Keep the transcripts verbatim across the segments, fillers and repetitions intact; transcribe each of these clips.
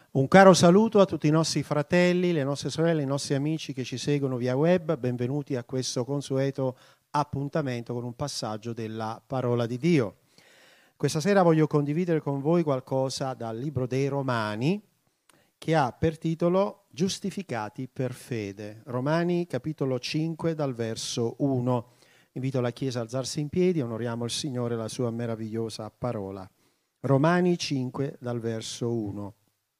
Un caro saluto a tutti i nostri fratelli, le nostre sorelle, i nostri amici che ci seguono via web. Benvenuti a questo consueto appuntamento con un passaggio della parola di Dio. Questa sera voglio condividere con voi qualcosa dal libro dei Romani che ha per titolo Giustificati per fede. Romani capitolo cinque dal verso uno. Invito la Chiesa a alzarsi in piedi, onoriamo il Signore e la sua meravigliosa parola. Romani cinque dal verso uno.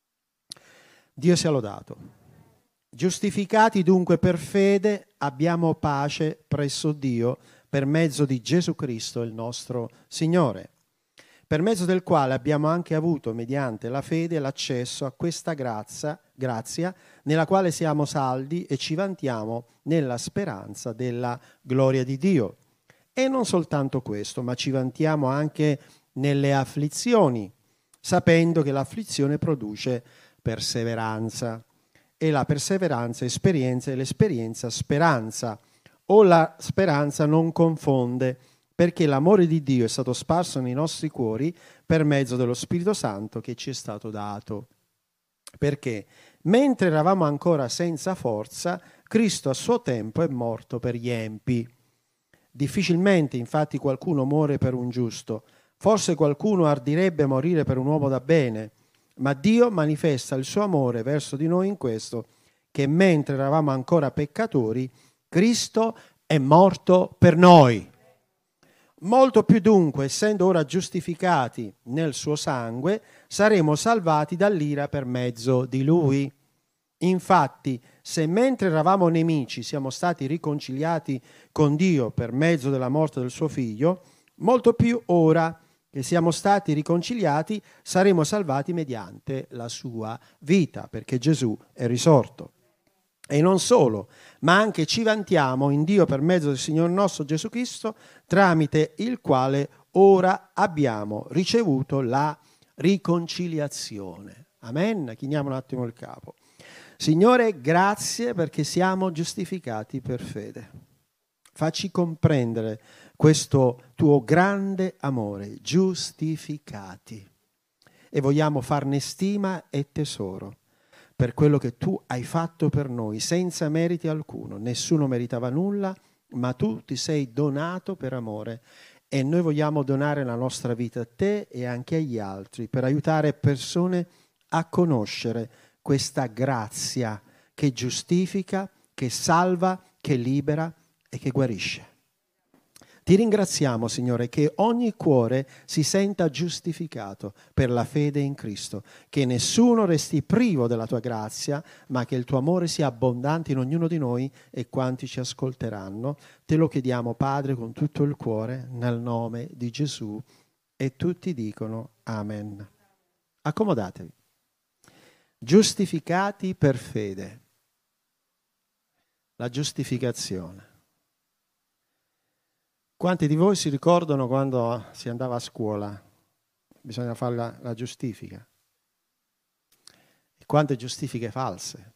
Dio sia lodato. Giustificati dunque per fede abbiamo pace presso Dio per mezzo di Gesù Cristo il nostro Signore, per mezzo del quale abbiamo anche avuto mediante la fede l'accesso a questa grazia, grazia nella quale siamo saldi e ci vantiamo nella speranza della gloria di Dio. E non soltanto questo, ma ci vantiamo anche nelle afflizioni, sapendo che l'afflizione produce perseveranza, e la perseveranza esperienza, e l'esperienza speranza, o la speranza non confonde, perché l'amore di Dio è stato sparso nei nostri cuori per mezzo dello Spirito Santo che ci è stato dato. Perché mentre eravamo ancora senza forza, Cristo a suo tempo è morto per gli empi. Difficilmente infatti qualcuno muore per un giusto, forse qualcuno ardirebbe morire per un uomo da bene, ma Dio manifesta il suo amore verso di noi in questo, che mentre eravamo ancora peccatori, Cristo è morto per noi. Molto più dunque, essendo ora giustificati nel suo sangue, saremo salvati dall'ira per mezzo di Lui. Infatti, se mentre eravamo nemici siamo stati riconciliati con Dio per mezzo della morte del suo Figlio, molto più ora che siamo stati riconciliati saremo salvati mediante la sua vita, perché Gesù è risorto. E non solo, ma anche ci vantiamo in Dio per mezzo del Signore nostro Gesù Cristo, tramite il quale ora abbiamo ricevuto la riconciliazione. Amen? Chiniamo un attimo il capo. Signore, grazie perché siamo giustificati per fede. Facci comprendere questo tuo grande amore, giustificati. E vogliamo farne stima e tesoro per quello che tu hai fatto per noi, senza meriti alcuno. Nessuno meritava nulla, ma tu ti sei donato per amore. E noi vogliamo donare la nostra vita a te e anche agli altri, per aiutare persone a conoscere questa grazia che giustifica, che salva, che libera e che guarisce. Ti ringraziamo, Signore, che ogni cuore si senta giustificato per la fede in Cristo, che nessuno resti privo della tua grazia, ma che il tuo amore sia abbondante in ognuno di noi e quanti ci ascolteranno. Te lo chiediamo, Padre, con tutto il cuore, nel nome di Gesù, e tutti dicono Amen. Accomodatevi. Giustificati per fede. La giustificazione. Quanti di voi si ricordano quando si andava a scuola? Bisogna fare la, la giustifica. E quante giustifiche false.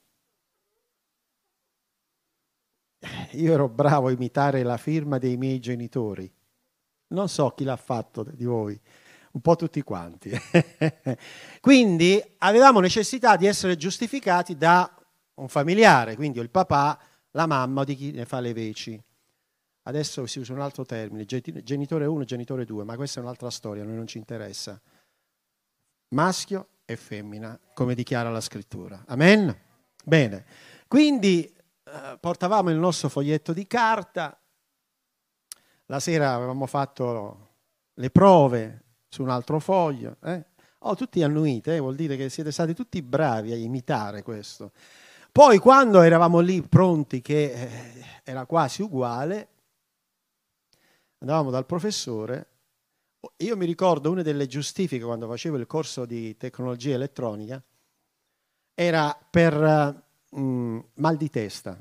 Io ero bravo a imitare la firma dei miei genitori. Non so chi l'ha fatto di voi, un po' tutti quanti. Quindi avevamo necessità di essere giustificati da un familiare, quindi il papà, la mamma o di chi ne fa le veci. Adesso si usa un altro termine, genitore uno e genitore due, ma questa è un'altra storia, a noi non ci interessa. Maschio e femmina, come dichiara la scrittura. Amen? Bene, quindi eh, portavamo il nostro foglietto di carta, la sera avevamo fatto le prove su un altro foglio. Eh? Oh, tutti annuite, eh? Vuol dire che siete stati tutti bravi a imitare questo. Poi quando eravamo lì pronti, che eh, era quasi uguale, andavamo dal professore. Io mi ricordo una delle giustifiche quando facevo il corso di tecnologia elettronica era per uh, mal di testa,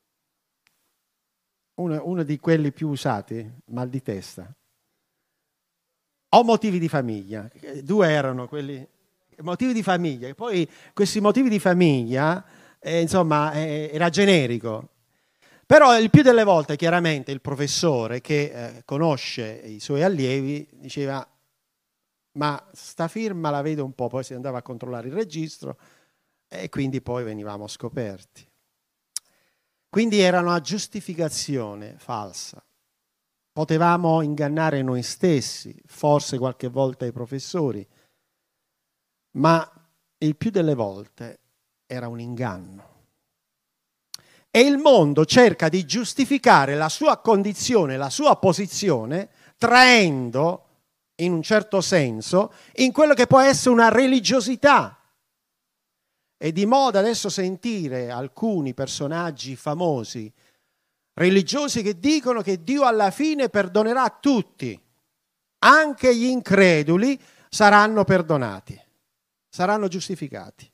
uno, uno di quelli più usati, mal di testa, o motivi di famiglia. Due erano quelli motivi di famiglia, e poi questi motivi di famiglia eh, insomma eh, era generico. Però il più delle volte chiaramente il professore che eh, conosce i suoi allievi diceva ma sta firma la vedo un po', poi si andava a controllare il registro, e quindi poi venivamo scoperti. Quindi era una giustificazione falsa. Potevamo ingannare noi stessi, forse qualche volta i professori, ma il più delle volte era un inganno. E il mondo cerca di giustificare la sua condizione, la sua posizione, traendo, in un certo senso, in quello che può essere una religiosità. È di moda adesso sentire alcuni personaggi famosi, religiosi, che dicono che Dio alla fine perdonerà a tutti, anche gli increduli saranno perdonati, saranno giustificati.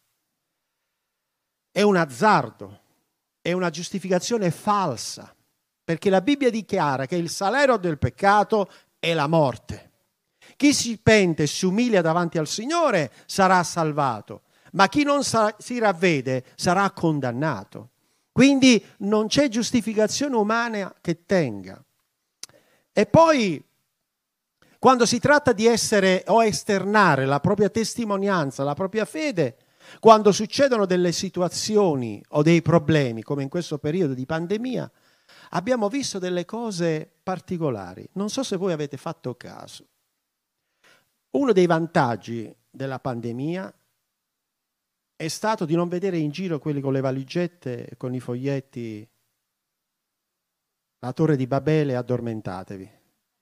È un azzardo, è una giustificazione falsa, perché la Bibbia dichiara che il salario del peccato è la morte. Chi si pente e si umilia davanti al Signore sarà salvato, ma chi non sa- si ravvede sarà condannato. Quindi non c'è giustificazione umana che tenga. E poi, quando si tratta di essere o esternare la propria testimonianza, la propria fede, quando succedono delle situazioni o dei problemi, come in questo periodo di pandemia, abbiamo visto delle cose particolari. Non so se voi avete fatto caso. Uno dei vantaggi della pandemia è stato di non vedere in giro quelli con le valigette e con i foglietti "La torre di Babele, addormentatevi",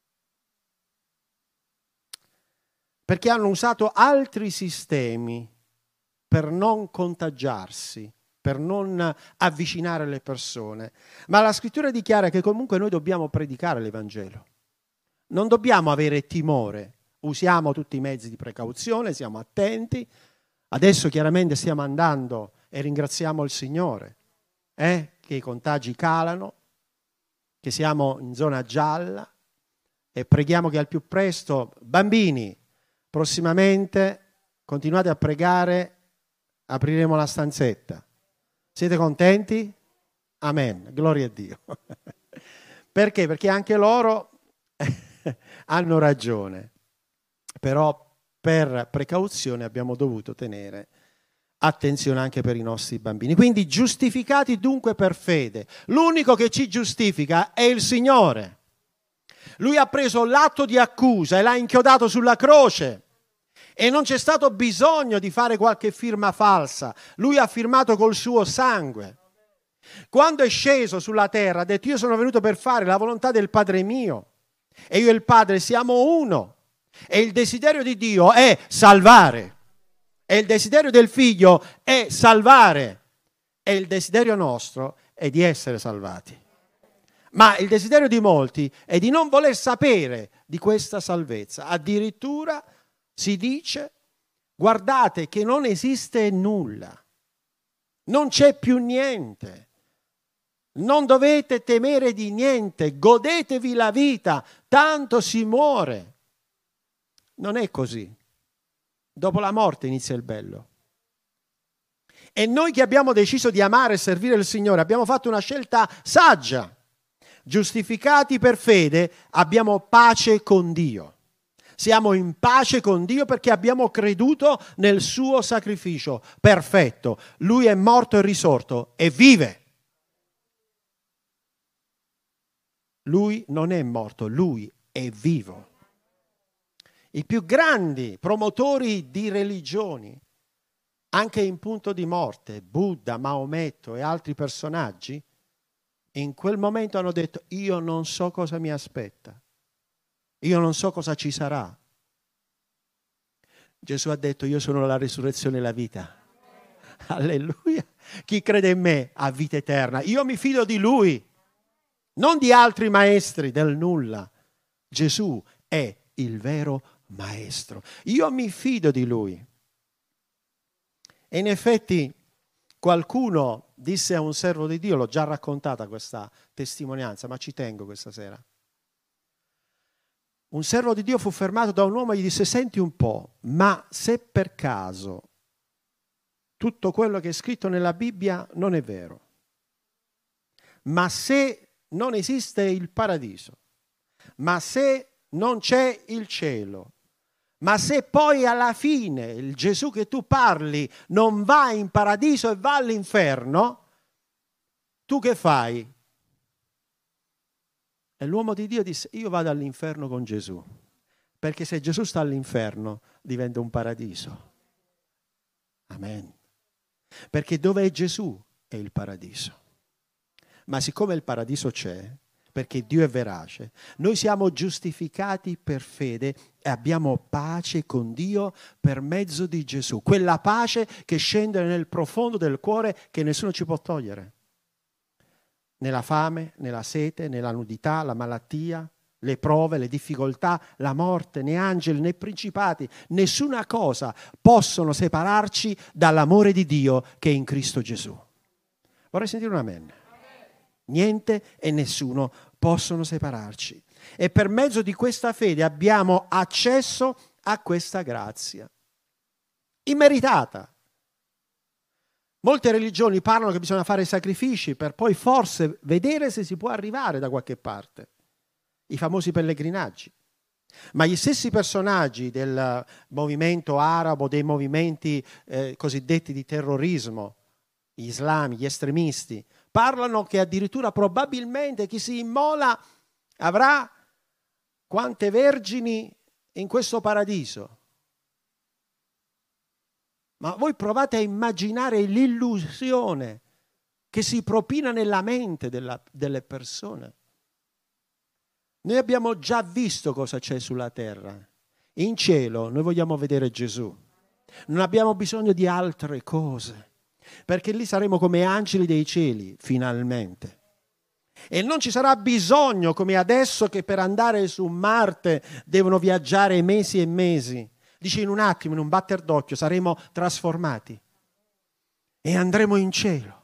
perché hanno usato altri sistemi per non contagiarsi, per non avvicinare le persone. Ma la scrittura dichiara che comunque noi dobbiamo predicare l'Evangelo. Non dobbiamo avere timore, usiamo tutti i mezzi di precauzione, siamo attenti. Adesso chiaramente stiamo andando e ringraziamo il Signore eh, che i contagi calano, che siamo in zona gialla e preghiamo che al più presto, bambini, prossimamente continuate a pregare, apriremo la stanzetta. Siete contenti? Amen, gloria a Dio. Perché? Perché anche loro hanno ragione, però per precauzione abbiamo dovuto tenere attenzione anche per i nostri bambini. Quindi giustificati dunque per fede. L'unico che ci giustifica è il Signore. Lui ha preso l'atto di accusa e l'ha inchiodato sulla croce e non c'è stato bisogno di fare qualche firma falsa. Lui ha firmato col suo sangue. Quando è sceso sulla terra ha detto: io sono venuto per fare la volontà del Padre mio e io e il Padre siamo uno. E il desiderio di Dio è salvare, e il desiderio del Figlio è salvare, e il desiderio nostro è di essere salvati. Ma il desiderio di molti è di non voler sapere di questa salvezza. Addirittura si dice: guardate che non esiste nulla, non c'è più niente, non dovete temere di niente, godetevi la vita, tanto si muore. Non è così. Dopo la morte inizia il bello. E noi che abbiamo deciso di amare e servire il Signore abbiamo fatto una scelta saggia. Giustificati per fede abbiamo pace con Dio. Siamo in pace con Dio perché abbiamo creduto nel suo sacrificio perfetto. Lui è morto e risorto e vive. Lui non è morto, lui è vivo. I più grandi promotori di religioni, anche in punto di morte, Buddha, Maometto e altri personaggi, in quel momento hanno detto: io non so cosa mi aspetta, io non so cosa ci sarà. Gesù ha detto: io sono la risurrezione e la vita. Alleluia. Chi crede in me ha vita eterna. Io mi fido di Lui, non di altri maestri del nulla. Gesù è il vero Maestro. Io mi fido di Lui. E in effetti qualcuno disse a un servo di Dio, l'ho già raccontata questa testimonianza, ma ci tengo questa sera. Un servo di Dio fu fermato da un uomo e gli disse: senti un po', ma se per caso tutto quello che è scritto nella Bibbia non è vero, ma se non esiste il paradiso, ma se non c'è il cielo, Ma se poi alla fine il Gesù che tu parli non va in paradiso e va all'inferno, tu che fai? E l'uomo di Dio disse: io vado all'inferno con Gesù, perché se Gesù sta all'inferno diventa un paradiso. Amen. Perché dove è Gesù è il paradiso. Ma siccome il paradiso c'è, perché Dio è verace, noi siamo giustificati per fede e abbiamo pace con Dio per mezzo di Gesù. Quella pace che scende nel profondo del cuore che nessuno ci può togliere. Nella fame, nella sete, nella nudità, la malattia, le prove, le difficoltà, la morte, né angeli né principati, nessuna cosa possono separarci dall'amore di Dio che è in Cristo Gesù. Vorrei sentire un amen. Niente e nessuno possono separarci. E per mezzo di questa fede abbiamo accesso a questa grazia immeritata. Molte religioni parlano che bisogna fare sacrifici per poi forse vedere se si può arrivare da qualche parte. I famosi pellegrinaggi. Ma gli stessi personaggi del movimento arabo, dei movimenti eh, cosiddetti di terrorismo, gli islami, gli estremisti, parlano che addirittura probabilmente chi si immola avrà quante vergini in questo paradiso. Ma voi provate a immaginare l'illusione che si propina nella mente della, delle persone. Noi abbiamo già visto cosa c'è sulla terra. In cielo noi vogliamo vedere Gesù. Non abbiamo bisogno di altre cose, perché lì saremo come angeli dei cieli, finalmente. E non ci sarà bisogno, come adesso, che per andare su Marte devono viaggiare mesi e mesi. Dice, in un attimo, in un batter d'occhio, saremo trasformati e andremo in cielo.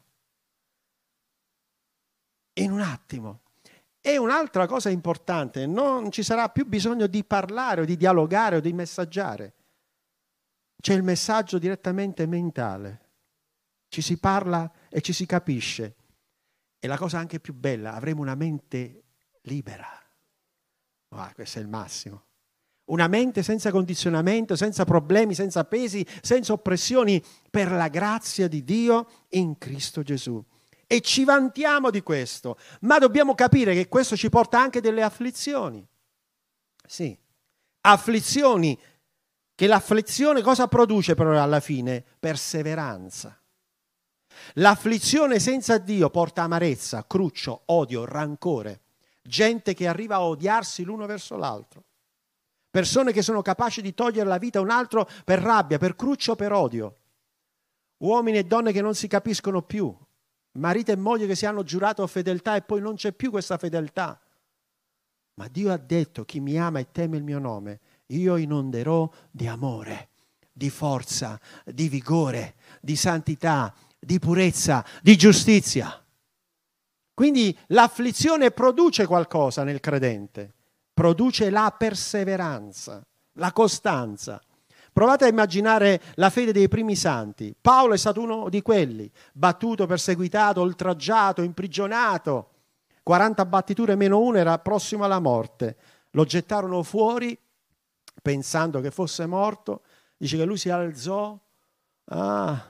In un attimo. E un'altra cosa importante, non ci sarà più bisogno di parlare o di dialogare o di messaggiare. C'è il messaggio direttamente mentale. Ci si parla e ci si capisce. E la cosa anche più bella, avremo una mente libera. Oh, questo è il massimo. Una mente senza condizionamento, senza problemi, senza pesi, senza oppressioni, per la grazia di Dio in Cristo Gesù. E ci vantiamo di questo, ma dobbiamo capire che questo ci porta anche delle afflizioni. Sì, afflizioni, che l'afflizione cosa produce però alla fine? Perseveranza. L'afflizione senza Dio porta amarezza, cruccio, odio, rancore, gente che arriva a odiarsi l'uno verso l'altro, persone che sono capaci di togliere la vita a un altro per rabbia, per cruccio, per odio, uomini e donne che non si capiscono più, marito e moglie che si hanno giurato fedeltà e poi non c'è più questa fedeltà. Ma Dio ha detto: chi mi ama e teme il mio nome, io inonderò di amore, di forza, di vigore, di santità, di purezza, di giustizia. Quindi l'afflizione produce qualcosa nel credente, produce la perseveranza, la costanza. Provate a immaginare la fede dei primi santi. Paolo è stato uno di quelli, battuto, perseguitato, oltraggiato, imprigionato. quaranta battiture meno uno, era prossimo alla morte. Lo gettarono fuori pensando che fosse morto. Dice che lui si alzò. Ah,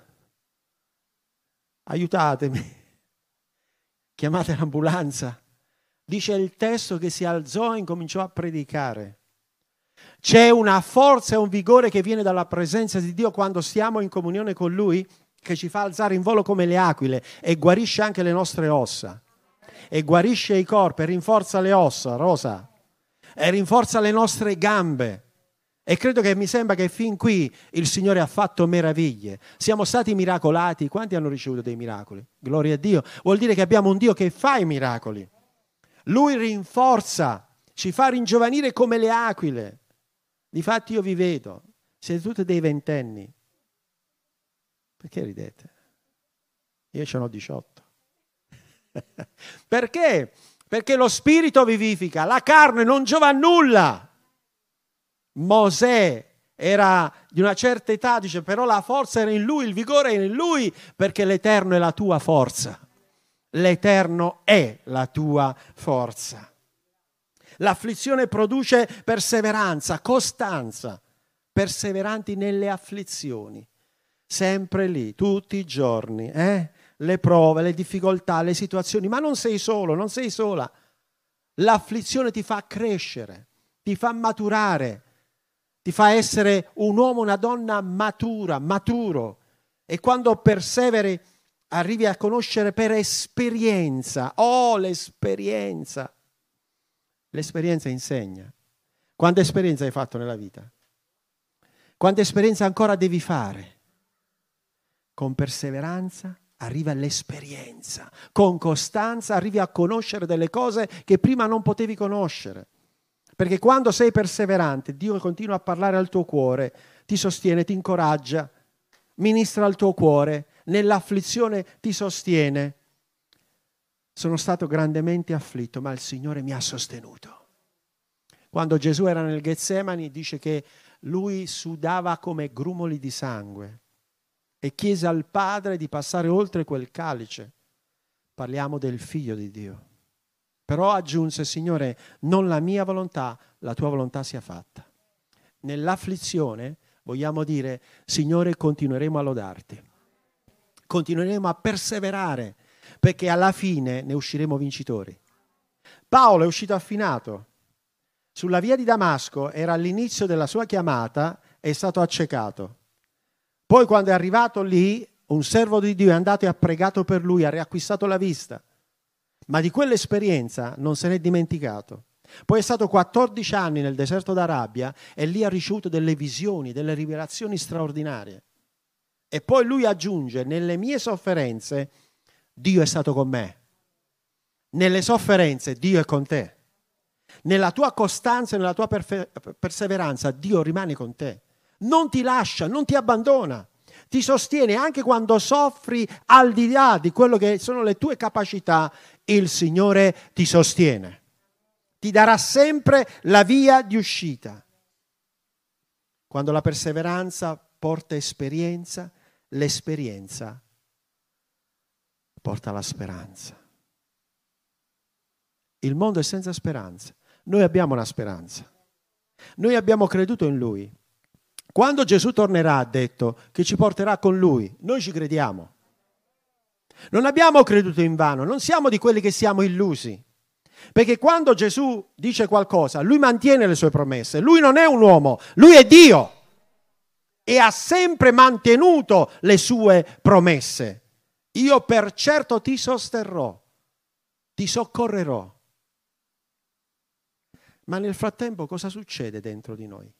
aiutatemi, chiamate l'ambulanza. Dice il testo che si alzò e incominciò a predicare. C'è una forza e un vigore che viene dalla presenza di Dio quando stiamo in comunione con Lui, che ci fa alzare in volo come le aquile e guarisce anche le nostre ossa e guarisce i corpi e rinforza le ossa, Rosa, e rinforza le nostre gambe. E credo che mi sembra che fin qui il Signore ha fatto meraviglie. Siamo stati miracolati. Quanti hanno ricevuto dei miracoli? Gloria a Dio. Vuol dire che abbiamo un Dio che fa i miracoli. Lui rinforza, ci fa ringiovanire come le aquile. Difatti io vi vedo, siete tutti dei ventenni. Perché ridete? Io ce n'ho diciotto. Perché? Perché lo Spirito vivifica, la carne non giova a nulla. Mosè era di una certa età, dice, però la forza era in lui, il vigore era in lui, perché l'Eterno è la tua forza. L'Eterno è la tua forza. L'afflizione produce perseveranza, costanza. perseveranti nelle afflizioni, sempre lì, tutti i giorni, eh? Le prove, le difficoltà, le situazioni, ma non sei solo, non sei sola. L'afflizione ti fa crescere, ti fa maturare, ti fa essere un uomo, una donna matura, maturo. E quando perseveri arrivi a conoscere per esperienza, oh l'esperienza, l'esperienza insegna. Quanta esperienza hai fatto nella vita? Quanta esperienza ancora devi fare? Con perseveranza arriva l'esperienza, con costanza arrivi a conoscere delle cose che prima non potevi conoscere. Perché quando sei perseverante, Dio continua a parlare al tuo cuore, ti sostiene, ti incoraggia, ministra al tuo cuore, nell'afflizione ti sostiene. Sono stato grandemente afflitto, ma il Signore mi ha sostenuto. Quando Gesù era nel Getsemani dice che lui sudava come grumoli di sangue e chiese al Padre di passare oltre quel calice. Parliamo del Figlio di Dio. Però aggiunse: Signore, non la mia volontà, la tua volontà sia fatta. Nell'afflizione vogliamo dire: Signore, continueremo a lodarti, continueremo a perseverare, perché alla fine ne usciremo vincitori. Paolo è uscito affinato. Sulla via di Damasco, era all'inizio della sua chiamata, è stato accecato. Poi quando è arrivato lì, un servo di Dio è andato e ha pregato per lui, ha riacquistato la vista. Ma di quell'esperienza non se n'è dimenticato. Poi è stato quattordici anni nel deserto d'Arabia e lì ha ricevuto delle visioni, delle rivelazioni straordinarie. E poi lui aggiunge: nelle mie sofferenze Dio è stato con me. Nelle sofferenze Dio è con te. Nella tua costanza e nella tua perfe- perseveranza Dio rimane con te. Non ti lascia, non ti abbandona. Ti sostiene anche quando soffri al di là di quello che sono le tue capacità. Il Signore ti sostiene. Ti darà sempre la via di uscita. Quando la perseveranza porta esperienza, l'esperienza porta la speranza. Il mondo è senza speranza. Noi abbiamo una speranza. Noi abbiamo creduto in Lui. Quando Gesù tornerà, ha detto che ci porterà con Lui. Noi ci crediamo. Non abbiamo creduto in vano, non siamo di quelli che siamo illusi. Perché quando Gesù dice qualcosa, Lui mantiene le sue promesse. Lui non è un uomo, Lui è Dio. E ha sempre mantenuto le sue promesse. Io per certo ti sosterrò, ti soccorrerò. Ma nel frattempo cosa succede dentro di noi?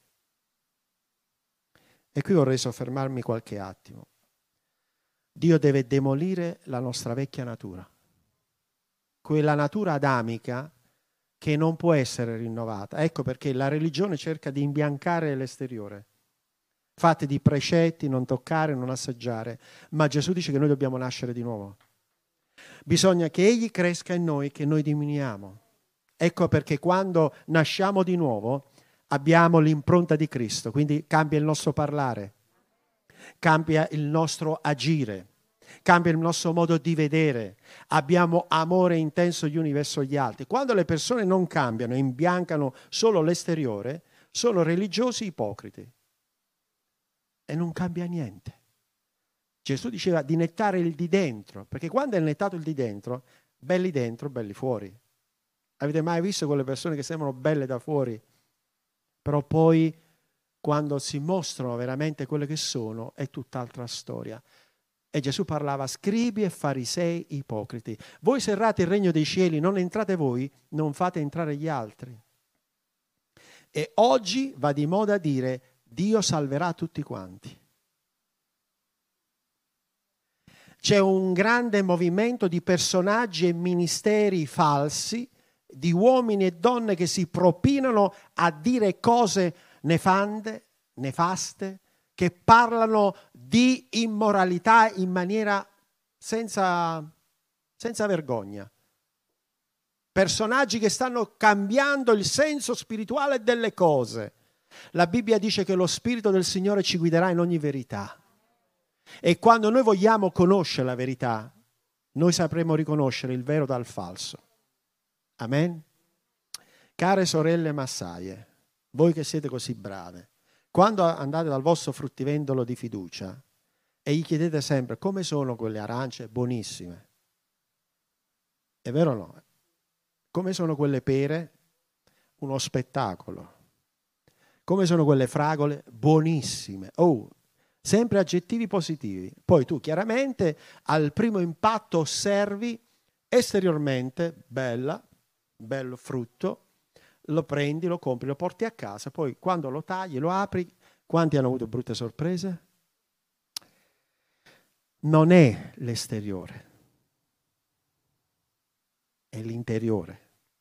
E qui vorrei soffermarmi qualche attimo. Dio deve demolire la nostra vecchia natura, quella natura adamica che non può essere rinnovata. Ecco perché la religione cerca di imbiancare l'esteriore, fatte di precetti, non toccare, non assaggiare, ma Gesù dice che noi dobbiamo nascere di nuovo. Bisogna che Egli cresca in noi, che noi diminuiamo. Ecco perché quando nasciamo di nuovo abbiamo l'impronta di Cristo, quindi cambia il nostro parlare, cambia il nostro agire, cambia il nostro modo di vedere, abbiamo amore intenso gli uni verso gli altri. Quando le persone non cambiano e imbiancano solo l'esteriore, sono religiosi ipocriti e non cambia niente. Gesù diceva di nettare il di dentro, perché quando è nettato il di dentro, belli dentro, belli fuori. Avete mai visto quelle persone che sembrano belle da fuori, però poi quando si mostrano veramente quelle che sono è tutt'altra storia? E Gesù parlava: scribi e farisei ipocriti, voi serrate il regno dei cieli, non entrate voi, non fate entrare gli altri. E oggi va di moda dire: Dio salverà tutti quanti. C'è un grande movimento di personaggi e ministeri falsi, di uomini e donne che si propinano a dire cose nefande, nefaste, che parlano di immoralità in maniera senza, senza vergogna. Personaggi che stanno cambiando il senso spirituale delle cose. La Bibbia dice che lo Spirito del Signore ci guiderà in ogni verità. E quando noi vogliamo conoscere la verità, noi sapremo riconoscere il vero dal falso. Amen? Care sorelle massaie, voi che siete così brave, Quando andate dal vostro fruttivendolo di fiducia e gli chiedete sempre come sono quelle arance, buonissime. È vero o no? Come sono quelle pere? Uno spettacolo. Come sono quelle fragole? Buonissime. Oh, sempre aggettivi positivi. Poi tu chiaramente al primo impatto osservi esteriormente, bella, bello frutto, lo prendi, lo compri, lo porti a casa, poi quando lo tagli, lo apri, quanti hanno avuto brutte sorprese? Non è l'esteriore, è l'interiore.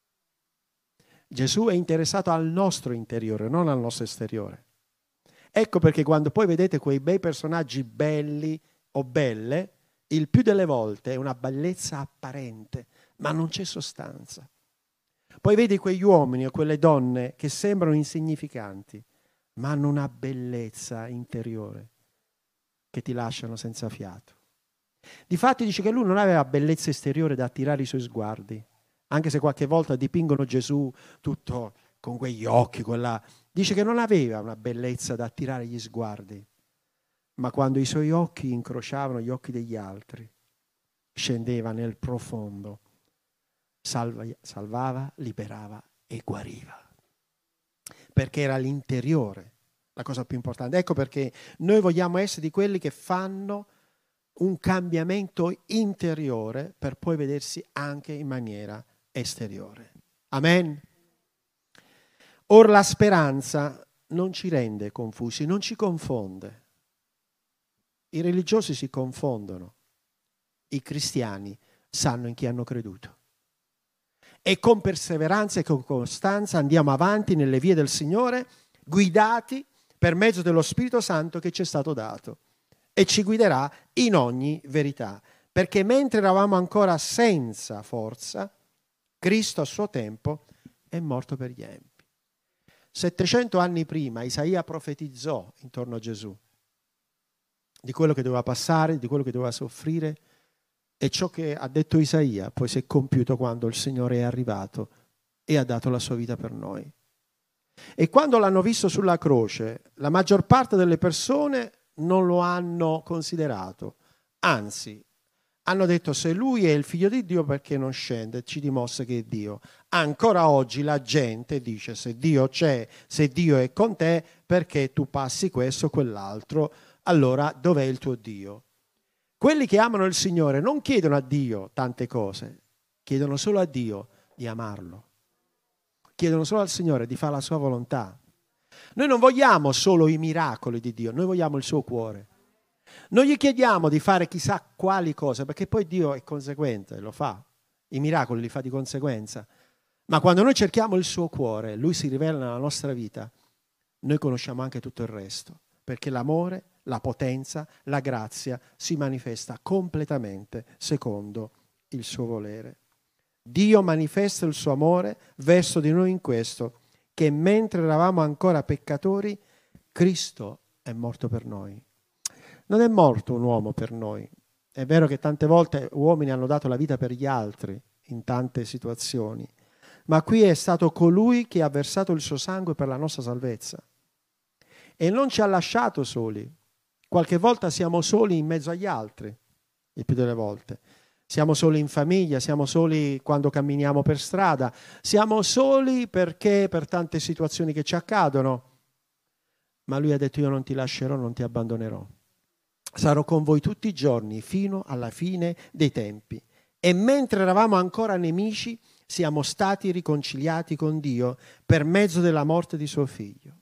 Gesù è interessato al nostro interiore, non al nostro esteriore. Ecco perché quando poi vedete quei bei personaggi belli o belle, il più delle volte è una bellezza apparente, ma non c'è sostanza. Poi vedi quegli uomini o quelle donne che sembrano insignificanti, ma hanno una bellezza interiore che ti lasciano senza fiato. Difatti dice che lui non aveva bellezza esteriore da attirare i suoi sguardi, anche se qualche volta dipingono Gesù tutto con quegli occhi, quella... dice che non aveva una bellezza da attirare gli sguardi, ma quando i suoi occhi incrociavano gli occhi degli altri, scendeva nel profondo, salva, salvava, liberava e guariva. Perché era l'interiore la cosa più importante. Ecco perché noi vogliamo essere di quelli che fanno un cambiamento interiore per poi vedersi anche in maniera esteriore. Amen. Or la speranza non ci rende confusi, non ci confonde. I religiosi si confondono, i cristiani sanno in chi hanno creduto. E con perseveranza e con costanza andiamo avanti nelle vie del Signore, guidati per mezzo dello Spirito Santo che ci è stato dato e ci guiderà in ogni verità. Perché mentre eravamo ancora senza forza, Cristo a suo tempo è morto per gli empi. settecento anni prima Isaia profetizzò intorno a Gesù di quello che doveva passare, di quello che doveva soffrire, e ciò che ha detto Isaia poi si è compiuto quando il Signore è arrivato e ha dato la sua vita per noi. E quando l'hanno visto sulla croce, la maggior parte delle persone non lo hanno considerato, anzi hanno detto: se lui è il figlio di Dio, perché non scende? Ci dimostra che è Dio. Ancora oggi la gente dice: se Dio c'è, se Dio è con te, perché tu passi questo o quell'altro? Allora dov'è il tuo Dio? Quelli che amano il Signore non chiedono a Dio tante cose, chiedono solo a Dio di amarlo. Chiedono solo al Signore di fare la sua volontà. Noi non vogliamo solo i miracoli di Dio, noi vogliamo il suo cuore. Non gli chiediamo di fare chissà quali cose, perché poi Dio è conseguente, lo fa. I miracoli li fa di conseguenza. Ma quando noi cerchiamo il suo cuore, lui si rivela nella nostra vita, noi conosciamo anche tutto il resto, perché l'amore, la potenza, la grazia si manifesta completamente secondo il suo volere. Dio manifesta il suo amore verso di noi in questo, che mentre eravamo ancora peccatori, Cristo è morto per noi. Non è morto un uomo per noi. È vero che tante volte uomini hanno dato la vita per gli altri in tante situazioni, ma qui è stato colui che ha versato il suo sangue per la nostra salvezza e non ci ha lasciato soli. Qualche volta siamo soli in mezzo agli altri, il più delle volte. Siamo soli in famiglia, siamo soli quando camminiamo per strada, siamo soli perché per tante situazioni che ci accadono. Ma lui ha detto: io non ti lascerò, non ti abbandonerò. Sarò con voi tutti i giorni fino alla fine dei tempi. E mentre eravamo ancora nemici, siamo stati riconciliati con Dio per mezzo della morte di suo figlio.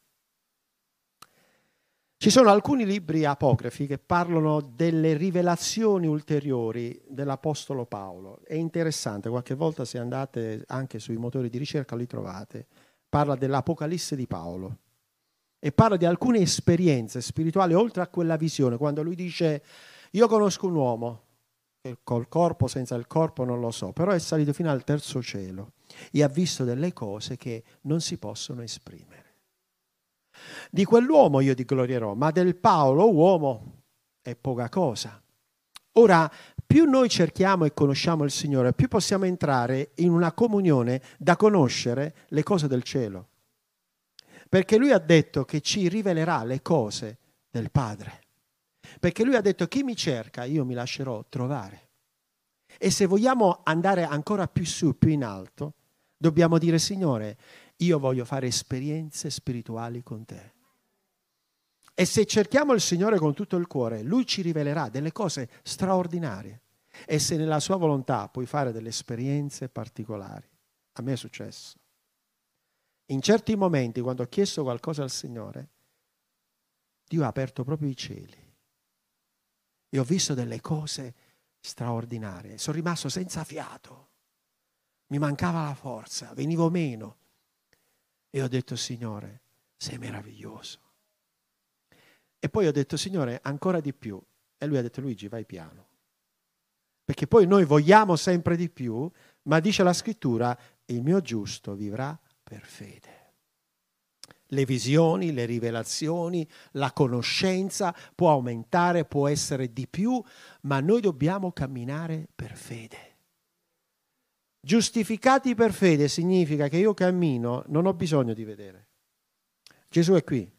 Ci sono alcuni libri apocrifi che parlano delle rivelazioni ulteriori dell'Apostolo Paolo. È interessante, qualche volta se andate anche sui motori di ricerca li trovate. Parla dell'Apocalisse di Paolo e parla di alcune esperienze spirituali oltre a quella visione, quando lui dice: io conosco un uomo che col corpo, senza il corpo non lo so, però è salito fino al terzo cielo e ha visto delle cose che non si possono esprimere. Di quell'uomo io ti glorierò, ma del Paolo uomo è poca cosa. Ora, più noi cerchiamo e conosciamo il Signore, più possiamo entrare in una comunione da conoscere le cose del cielo. Perché lui ha detto che ci rivelerà le cose del Padre. Perché lui ha detto: chi mi cerca io mi lascerò trovare. E se vogliamo andare ancora più su, più in alto, dobbiamo dire: Signore, io voglio fare esperienze spirituali con te. E se cerchiamo il Signore con tutto il cuore, Lui ci rivelerà delle cose straordinarie. E se nella sua volontà puoi fare delle esperienze particolari. A me è successo. In certi momenti, quando ho chiesto qualcosa al Signore, Dio ha aperto proprio i cieli. E ho visto delle cose straordinarie. Sono rimasto senza fiato. Mi mancava la forza, venivo meno. E ho detto: Signore, sei meraviglioso. E poi ho detto: Signore, ancora di più. E lui ha detto: Luigi, vai piano. Perché poi noi vogliamo sempre di più, ma dice la scrittura: il mio giusto vivrà per fede. Le visioni, le rivelazioni, la conoscenza può aumentare, può essere di più, ma noi dobbiamo camminare per fede. Giustificati per fede significa che io cammino, non ho bisogno di vedere. Gesù è qui.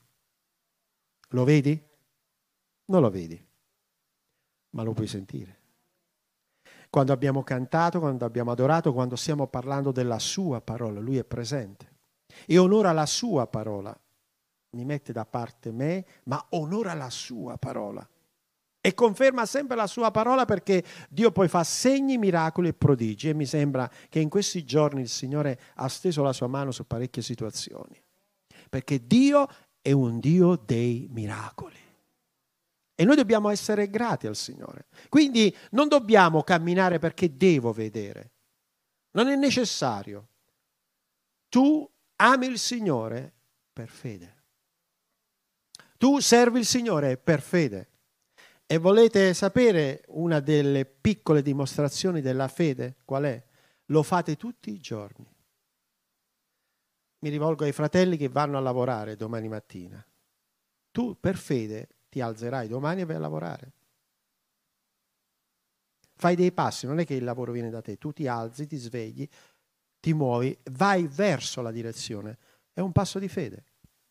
Lo vedi? Non lo vedi, ma lo puoi sentire. Quando abbiamo cantato, quando abbiamo adorato, quando stiamo parlando della sua parola, lui è presente e onora la sua parola. Mi mette da parte me, ma onora la sua parola e conferma sempre la sua parola, perché Dio poi fa segni, miracoli e prodigi, e mi sembra che in questi giorni il Signore ha steso la sua mano su parecchie situazioni, perché Dio è un Dio dei miracoli. E noi dobbiamo essere grati al Signore. Quindi non dobbiamo camminare perché devo vedere. Non è necessario. Tu ami il Signore per fede. Tu servi il Signore per fede. E volete sapere una delle piccole dimostrazioni della fede? Qual è? Lo fate tutti i giorni. Mi rivolgo ai fratelli che vanno a lavorare domani mattina. Tu per fede ti alzerai domani e vai a lavorare. Fai dei passi, non è che il lavoro viene da te, tu ti alzi, ti svegli, ti muovi, vai verso la direzione. È un passo di fede.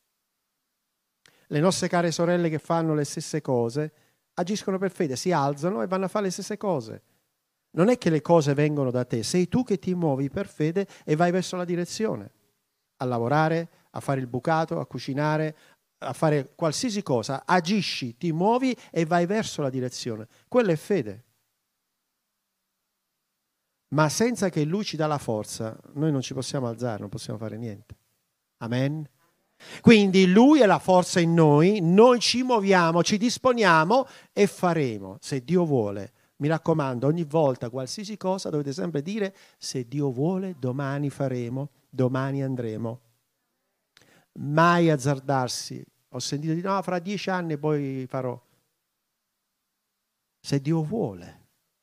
Le nostre care sorelle che fanno le stesse cose agiscono per fede, si alzano e vanno a fare le stesse cose. Non è che le cose vengono da te, sei tu che ti muovi per fede e vai verso la direzione. A lavorare, a fare il bucato, a cucinare, a fare qualsiasi cosa, agisci, ti muovi e vai verso la direzione. Quella è fede. Ma senza che Lui ci dà la forza, noi non ci possiamo alzare, non possiamo fare niente. Amen? Quindi Lui è la forza in noi, noi ci muoviamo, ci disponiamo e faremo, se Dio vuole. Mi raccomando, ogni volta, qualsiasi cosa, dovete sempre dire: se Dio vuole, domani faremo, domani andremo. Mai azzardarsi. Ho sentito dire: no, fra dieci anni poi farò. Se Dio vuole,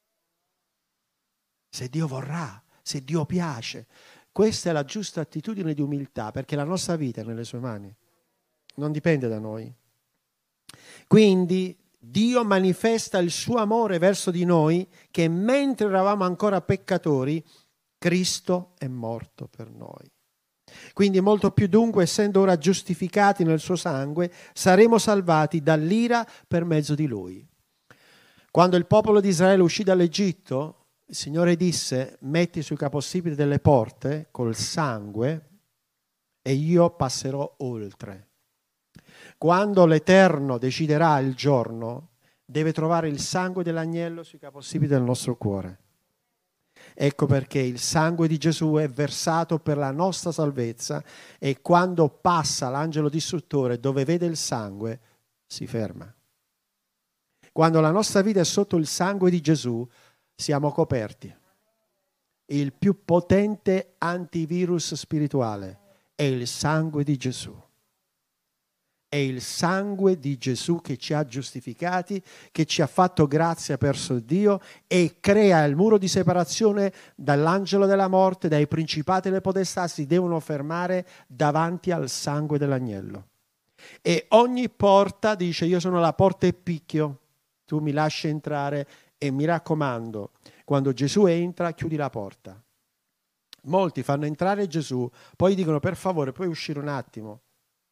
se Dio vorrà, se Dio piace. Questa è la giusta attitudine di umiltà, perché la nostra vita è nelle sue mani, non dipende da noi. Quindi Dio manifesta il suo amore verso di noi, che mentre eravamo ancora peccatori, Cristo è morto per noi. Quindi molto più dunque, essendo ora giustificati nel suo sangue, saremo salvati dall'ira per mezzo di Lui. Quando il popolo di Israele uscì dall'Egitto, il Signore disse: metti sui capostipiti delle porte col sangue e io passerò oltre. Quando l'Eterno deciderà il giorno, deve trovare il sangue dell'agnello sui capostipiti del nostro cuore. Ecco perché il sangue di Gesù è versato per la nostra salvezza, e quando passa l'angelo distruttore dove vede il sangue si ferma. Quando la nostra vita è sotto il sangue di Gesù, siamo coperti. Il più potente antivirus spirituale è il sangue di Gesù. È il sangue di Gesù che ci ha giustificati, che ci ha fatto grazia verso Dio e crea il muro di separazione dall'angelo della morte, dai principati e le potestà. Si devono fermare davanti al sangue dell'agnello. E ogni porta dice: io sono la porta e picchio, tu mi lasci entrare. E mi raccomando, quando Gesù entra, chiudi la porta. Molti fanno entrare Gesù, poi dicono: per favore, puoi uscire un attimo.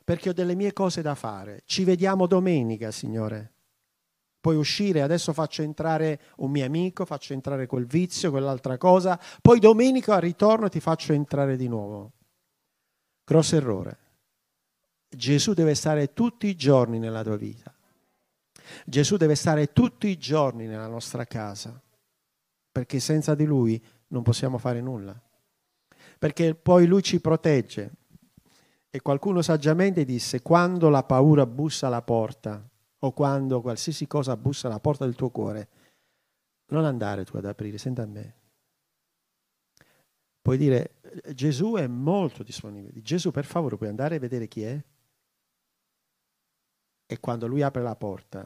perché ho delle mie cose da fare. Ci vediamo domenica, Signore. Puoi uscire, adesso faccio entrare un mio amico, faccio entrare quel vizio, quell'altra cosa, poi domenica al ritorno ti faccio entrare di nuovo. Grosso errore. Gesù deve stare tutti i giorni nella tua vita. Gesù deve stare tutti i giorni nella nostra casa, perché senza di Lui non possiamo fare nulla. Perché poi Lui ci protegge. E qualcuno saggiamente disse: quando la paura bussa alla porta, o quando qualsiasi cosa bussa alla porta del tuo cuore, non andare tu ad aprire, senta a me. Puoi dire: Gesù è molto disponibile. Gesù, per favore, puoi andare a vedere chi è? E quando Lui apre la porta,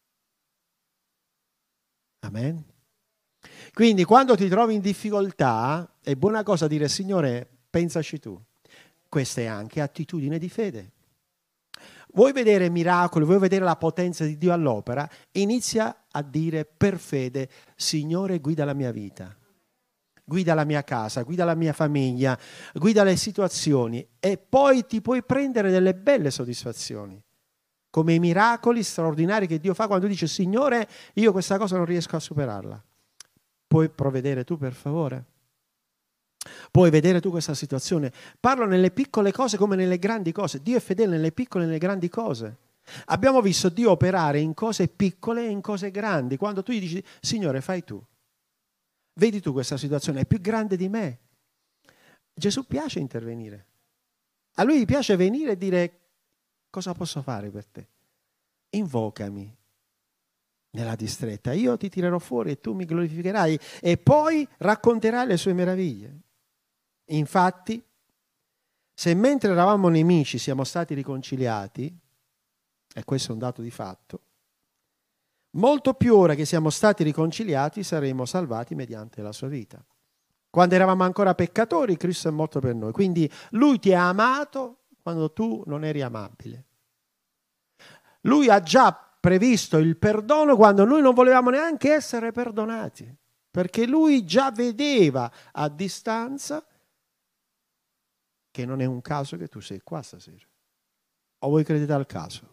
amen. Quindi quando ti trovi in difficoltà è buona cosa dire: Signore, pensaci tu. Questa è anche attitudine di fede. Vuoi vedere miracoli, vuoi vedere la potenza di Dio all'opera? Inizia a dire per fede: Signore, guida la mia vita, guida la mia casa, guida la mia famiglia, guida le situazioni, e poi ti puoi prendere delle belle soddisfazioni, come i miracoli straordinari che Dio fa quando dice: Signore, io questa cosa non riesco a superarla. Puoi provvedere tu, per favore? Puoi vedere tu questa situazione? Parlo nelle piccole cose come nelle grandi cose. Dio è fedele nelle piccole e nelle grandi cose. Abbiamo visto Dio operare in cose piccole e in cose grandi. Quando tu gli dici: Signore, fai tu. Vedi tu questa situazione, è più grande di me. Gesù piace intervenire. A Lui piace venire e dire: cosa posso fare per te? Invocami nella distretta, io ti tirerò fuori e tu mi glorificherai, e poi racconterai le sue meraviglie. Infatti, se mentre eravamo nemici siamo stati riconciliati, e questo è un dato di fatto, molto più ora che siamo stati riconciliati saremo salvati mediante la sua vita. Quando eravamo ancora peccatori, Cristo è morto per noi. Quindi Lui ti ha amato quando tu non eri amabile. Lui ha già previsto il perdono quando noi non volevamo neanche essere perdonati, perché Lui già vedeva a distanza che non è un caso che tu sei qua stasera. O voi credete al caso?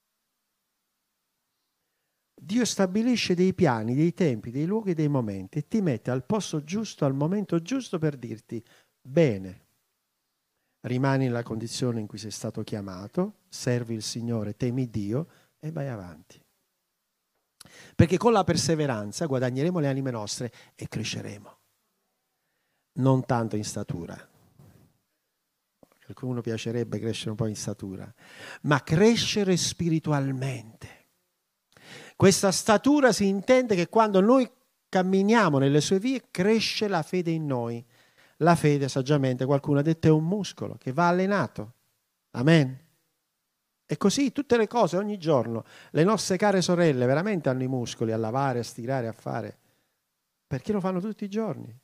Dio stabilisce dei piani, dei tempi, dei luoghi e dei momenti e ti mette al posto giusto, al momento giusto per dirti: bene, rimani nella condizione in cui sei stato chiamato, servi il Signore, temi Dio e vai avanti. Perché con la perseveranza guadagneremo le anime nostre e cresceremo. Non tanto in statura. Qualcuno piacerebbe crescere un po' in statura, ma crescere spiritualmente. Questa statura si intende che quando noi camminiamo nelle sue vie cresce la fede in noi. La fede, saggiamente qualcuno ha detto, è un muscolo che va allenato. Amen. E così tutte le cose, ogni giorno, le nostre care sorelle veramente hanno i muscoli a lavare, a stirare, a fare, perché lo fanno tutti i giorni.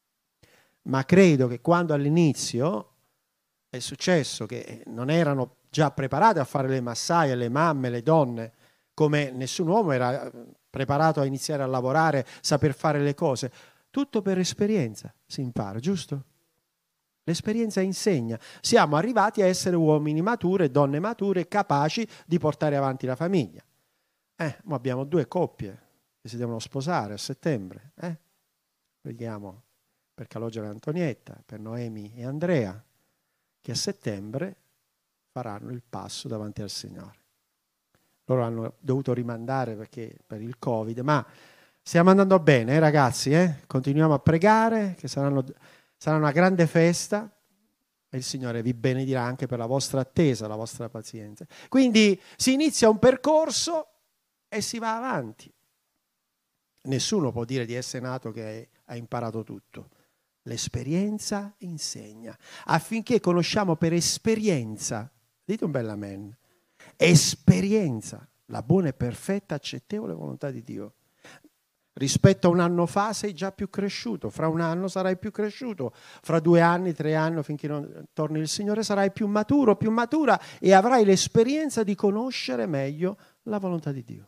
Ma credo che quando all'inizio è successo che non erano già preparate a fare le massaie, le mamme, le donne, come nessun uomo era preparato a iniziare a lavorare, saper fare le cose. Tutto per esperienza si impara, giusto? L'esperienza insegna. Siamo arrivati a essere uomini maturi, donne mature, capaci di portare avanti la famiglia. Eh, ma abbiamo due coppie che si devono sposare a settembre. Eh? Preghiamo per Calogero e Antonietta, per Noemi e Andrea, che a settembre faranno il passo davanti al Signore. Loro hanno dovuto rimandare perché per il Covid, ma stiamo andando bene, eh, ragazzi, eh? Continuiamo a pregare, che saranno, sarà una grande festa e il Signore vi benedirà anche per la vostra attesa, la vostra pazienza. Quindi si inizia un percorso e si va avanti. Nessuno può dire di essere nato che ha imparato tutto. L'esperienza insegna, affinché conosciamo per esperienza, dite un bel amen, esperienza, la buona e perfetta, accettevole volontà di Dio. Rispetto a un anno fa sei già più cresciuto, fra un anno sarai più cresciuto, fra due anni, tre anni, finché non torni il Signore, sarai più maturo, più matura e avrai l'esperienza di conoscere meglio la volontà di Dio.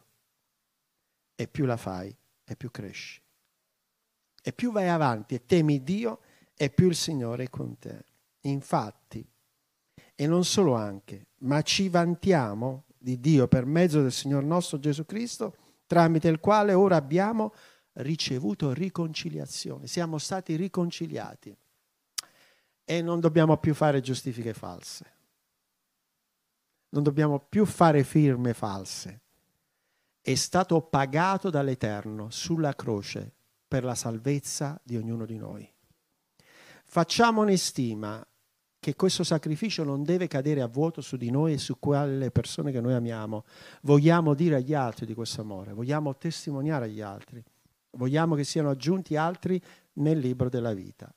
E più la fai, e più cresci. E più vai avanti e temi Dio, e più il Signore è con te. Infatti, E non solo anche, ma ci vantiamo di Dio per mezzo del Signor nostro Gesù Cristo, tramite il quale ora abbiamo ricevuto riconciliazione. Siamo stati riconciliati e non dobbiamo più fare giustifiche false. Non dobbiamo più fare firme false. È stato pagato dall'Eterno sulla croce per la salvezza di ognuno di noi. Facciamone stima che questo sacrificio non deve cadere a vuoto su di noi e su quelle persone che noi amiamo. Vogliamo dire agli altri di questo amore, vogliamo testimoniare agli altri, vogliamo che siano aggiunti altri nel libro della vita.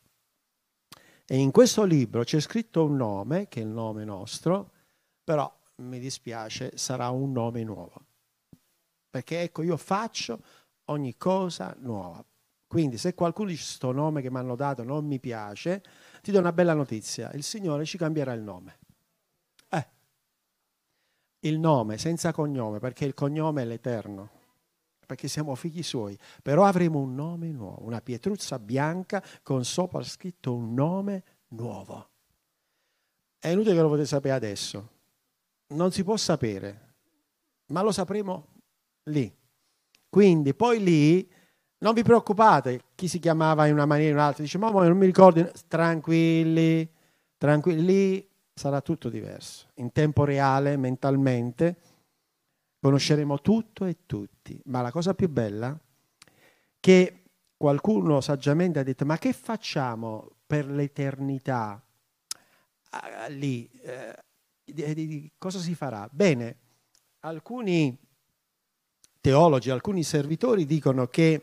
E in questo libro c'è scritto un nome, che è il nome nostro, però mi dispiace, sarà un nome nuovo. Perché ecco, io faccio ogni cosa nuova. Quindi se qualcuno dice sto nome che mi hanno dato non mi piace, ti do una bella notizia, il Signore ci cambierà il nome. Eh, il nome senza cognome, perché il cognome è l'Eterno, perché siamo figli Suoi, però avremo un nome nuovo, una pietruzza bianca con sopra scritto un nome nuovo. È inutile che lo potete sapere adesso, non si può sapere, ma lo sapremo lì. Quindi poi lì non vi preoccupate, chi si chiamava in una maniera o in un'altra, dice ma non mi ricordo, tranquilli, tranquilli, lì sarà tutto diverso. In tempo reale, mentalmente, conosceremo tutto e tutti. Ma la cosa più bella, che qualcuno saggiamente ha detto, ma che facciamo per l'eternità? Ah, lì, eh, di, di, di, cosa si farà? Bene, alcuni teologi, alcuni servitori dicono che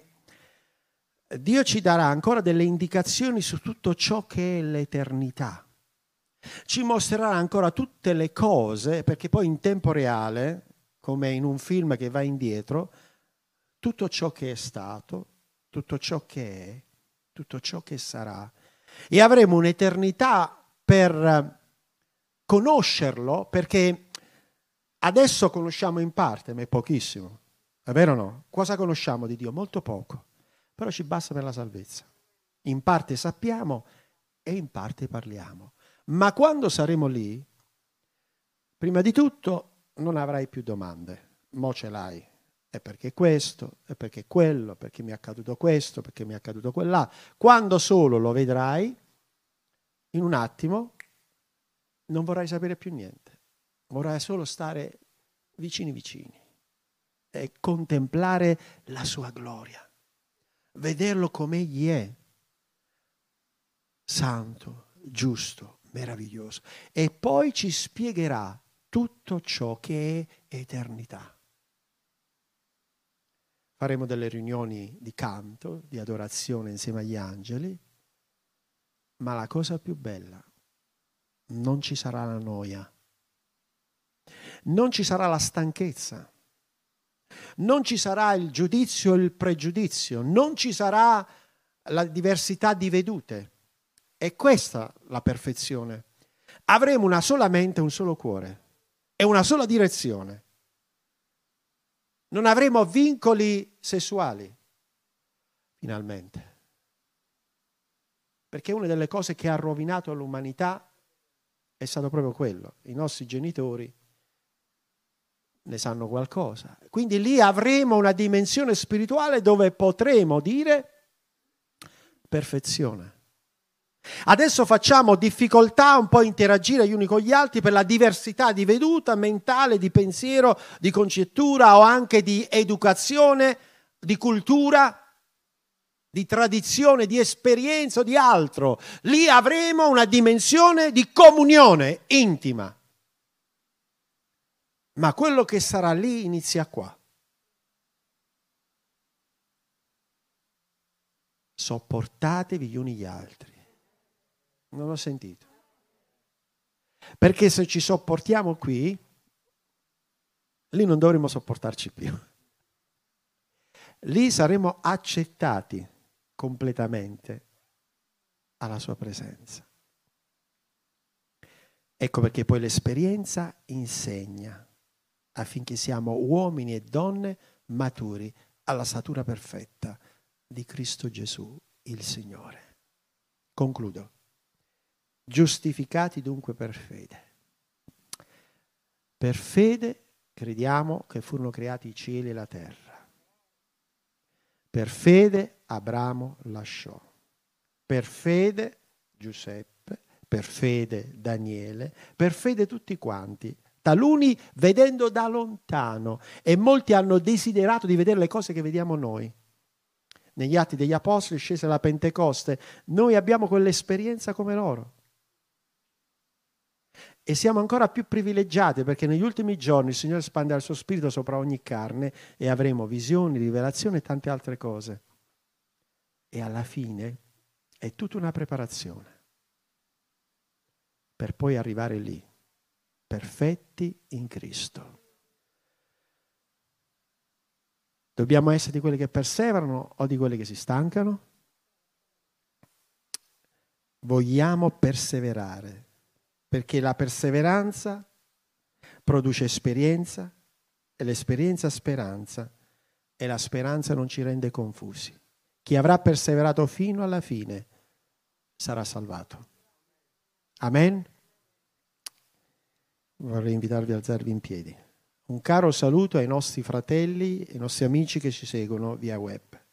Dio ci darà ancora delle indicazioni su tutto ciò che è l'eternità. Ci mostrerà ancora tutte le cose, perché poi in tempo reale, come in un film che va indietro, tutto ciò che è stato, tutto ciò che è, tutto ciò che sarà. E avremo un'eternità per conoscerlo, perché adesso conosciamo in parte, ma è pochissimo. È vero o no? Cosa conosciamo di Dio? Molto poco. Però ci basta per la salvezza. In parte sappiamo e in parte parliamo. Ma quando saremo lì, prima di tutto non avrai più domande. Mo ce l'hai. È perché questo, è perché quello, perché mi è accaduto questo, perché mi è accaduto quell'altro. Quando solo lo vedrai, in un attimo, non vorrai sapere più niente. Vorrai solo stare vicini vicini e contemplare la sua gloria. Vederlo come egli è, santo, giusto, meraviglioso. E poi ci spiegherà tutto ciò che è eternità. Faremo delle riunioni di canto, di adorazione insieme agli angeli, ma la cosa più bella, non ci sarà la noia, non ci sarà la stanchezza, non ci sarà il giudizio e il pregiudizio, non ci sarà la diversità di vedute. È questa la perfezione. Avremo una sola mente, un solo cuore e una sola direzione. Non avremo vincoli sessuali, finalmente. Perché una delle cose che ha rovinato l'umanità è stato proprio quello. I nostri genitori ne sanno qualcosa. Quindi lì avremo una dimensione spirituale dove potremo dire perfezione. Adesso facciamo difficoltà un po' a interagire gli uni con gli altri per la diversità di veduta mentale, di pensiero, di concettura o anche di educazione, di cultura, di tradizione, di esperienza o di altro. Lì avremo una dimensione di comunione intima. Ma quello che sarà lì inizia qua. Sopportatevi gli uni gli altri. Non l'ho sentito. Perché se ci sopportiamo qui, lì non dovremo sopportarci più. Lì saremo accettati completamente alla sua presenza. Ecco perché poi l'esperienza insegna affinché siamo uomini e donne maturi alla statura perfetta di Cristo Gesù, il Signore. Concludo. Giustificati dunque per fede. Per fede crediamo che furono creati i cieli e la terra. Per fede Abramo lasciò. Per fede Giuseppe, per fede Daniele, per fede tutti quanti. Taluni vedendo da lontano, e molti hanno desiderato di vedere le cose che vediamo noi. Negli Atti degli Apostoli, scese la Pentecoste, noi abbiamo quell'esperienza come loro. E siamo ancora più privilegiati perché negli ultimi giorni il Signore espanderà il suo spirito sopra ogni carne e avremo visioni, rivelazioni e tante altre cose. E alla fine è tutta una preparazione per poi arrivare lì, perfetti in Cristo. Dobbiamo essere di quelli che perseverano o di quelli che si stancano? Vogliamo perseverare, perché la perseveranza produce esperienza e l'esperienza speranza e la speranza non ci rende confusi. Chi avrà perseverato fino alla fine sarà salvato. Amen? Vorrei invitarvi a alzarvi in piedi. Un caro saluto ai nostri fratelli e ai nostri amici che ci seguono via web.